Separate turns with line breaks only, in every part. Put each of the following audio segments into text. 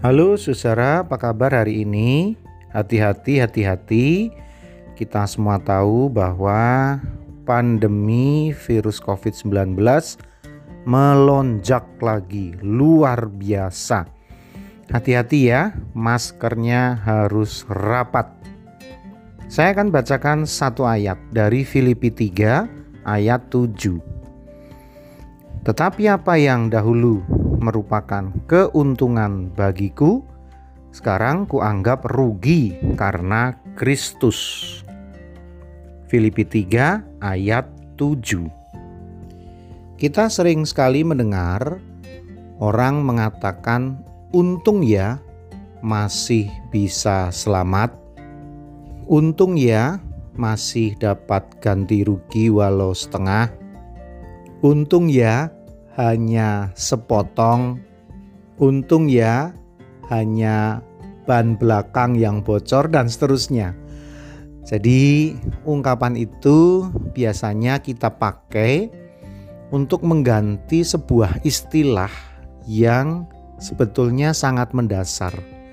Halo saudara, apa kabar hari ini? Hati-hati. Kita semua tahu bahwa pandemi virus COVID-19 melonjak lagi, luar biasa. Hati-hati ya, maskernya harus rapat. Saya akan bacakan satu ayat dari Filipi 3 ayat 7. Tetapi apa yang dahulu merupakan keuntungan bagiku, sekarang kuanggap rugi karena Kristus. Filipi 3 ayat 7. Kita sering sekali mendengar orang mengatakan, untung ya masih bisa selamat, untung ya masih dapat ganti rugi walau setengah, untung ya hanya sepotong, untung ya hanya ban belakang yang bocor, dan seterusnya. Jadi ungkapan itu biasanya kita pakai untuk mengganti sebuah istilah yang sebetulnya sangat mendasar,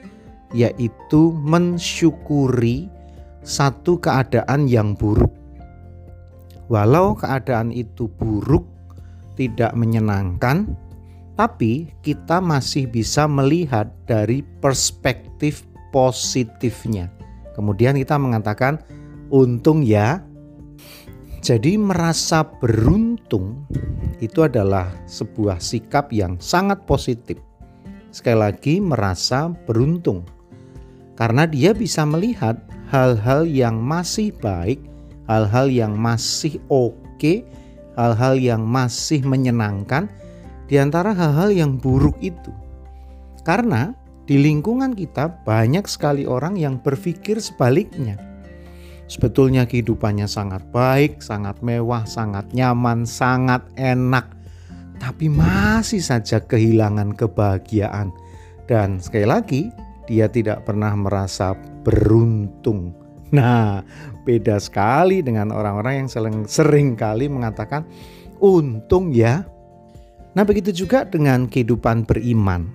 yaitu mensyukuri satu keadaan yang buruk. Walau keadaan itu buruk, tidak menyenangkan, tapi kita masih bisa melihat dari perspektif positifnya. Kemudian kita mengatakan, untung ya. Jadi merasa beruntung itu adalah sebuah sikap yang sangat positif. Sekali lagi, merasa beruntung karena dia bisa melihat hal-hal yang masih baik, hal-hal yang masih oke, hal-hal yang masih menyenangkan di antara hal-hal yang buruk itu. Karena di lingkungan kita banyak sekali orang yang berpikir sebaliknya. Sebetulnya kehidupannya sangat baik, sangat mewah, sangat nyaman, sangat enak, tapi masih saja kehilangan kebahagiaan. Dan sekali lagi, dia tidak pernah merasa beruntung. Nah, beda sekali dengan orang-orang yang sering kali mengatakan untung ya. Nah, begitu juga dengan kehidupan beriman.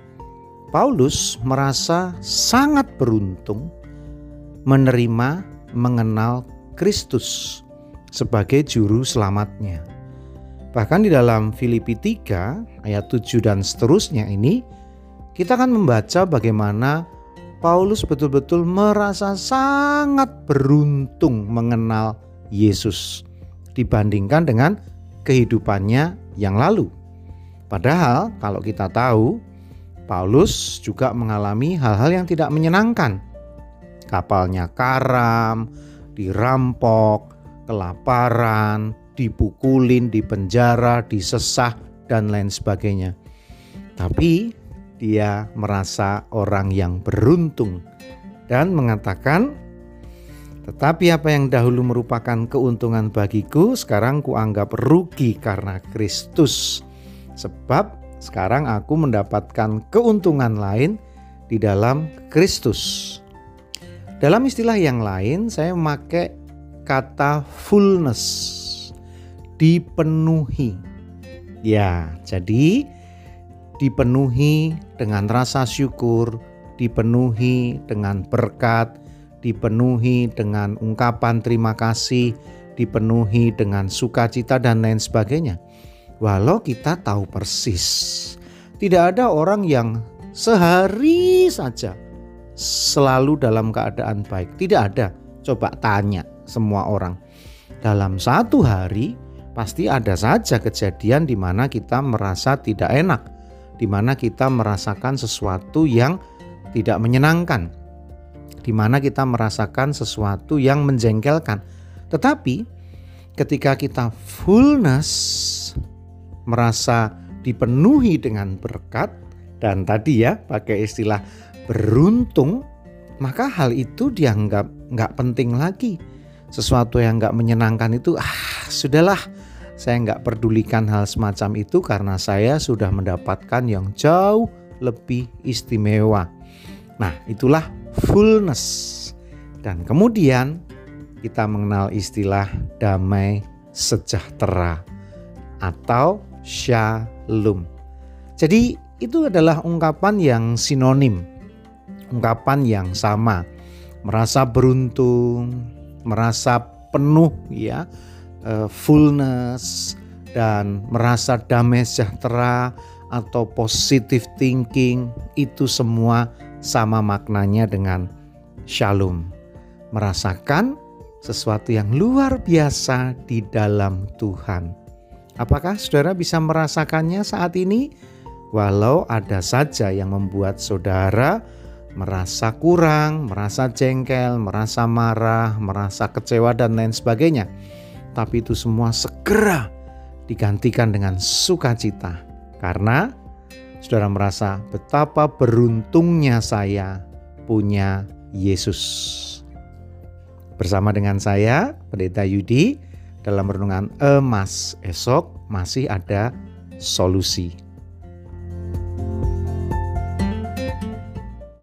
Paulus merasa sangat beruntung menerima, mengenal Kristus sebagai juru selamatnya. Bahkan di dalam Filipi 3 ayat 7 dan seterusnya ini, kita akan membaca bagaimana Paulus betul-betul merasa sangat beruntung mengenal Yesus dibandingkan dengan kehidupannya yang lalu. Padahal kalau kita tahu, Paulus juga mengalami hal-hal yang tidak menyenangkan. Kapalnya karam, dirampok, kelaparan, dipukulin, dipenjara, disesah, dan lain sebagainya. Tapi dia merasa orang yang beruntung dan mengatakan, tetapi apa yang dahulu merupakan keuntungan bagiku, sekarang kuanggap rugi karena Kristus. Sebab sekarang aku mendapatkan keuntungan lain di dalam Kristus. Dalam istilah yang lain, saya memakai kata fullness, dipenuhi. Ya, jadi dipenuhi dengan rasa syukur, dipenuhi dengan berkat, dipenuhi dengan ungkapan terima kasih, dipenuhi dengan sukacita dan lain sebagainya. Walau kita tahu persis, tidak ada orang yang sehari saja selalu dalam keadaan baik. Tidak ada. Coba tanya semua orang. Dalam satu hari pasti ada saja kejadian di mana kita merasa tidak enak, di mana kita merasakan sesuatu yang tidak menyenangkan, di mana kita merasakan sesuatu yang menjengkelkan. Tetapi ketika kita fullness, merasa dipenuhi dengan berkat, dan tadi ya pakai istilah beruntung, maka hal itu dianggap gak penting lagi. Sesuatu yang gak menyenangkan itu, sudahlah, saya gak pedulikan hal semacam itu karena saya sudah mendapatkan yang jauh lebih istimewa. Nah, itulah fullness. Dan kemudian kita mengenal istilah damai sejahtera atau shalom. Jadi itu adalah ungkapan yang sinonim, ungkapan yang sama. Merasa beruntung, merasa penuh ya, fullness, dan merasa damai sejahtera atau positive thinking, itu semua sama maknanya dengan shalom. Merasakan sesuatu yang luar biasa di dalam Tuhan. Apakah saudara bisa merasakannya saat ini? Walau ada saja yang membuat saudara merasa kurang, merasa jengkel, merasa marah, merasa kecewa dan lain sebagainya. Tapi itu semua segera digantikan dengan sukacita. Karena saudara merasa betapa beruntungnya saya punya Yesus. Bersama dengan saya, Pendeta Yudi, dalam renungan emas esok masih ada solusi.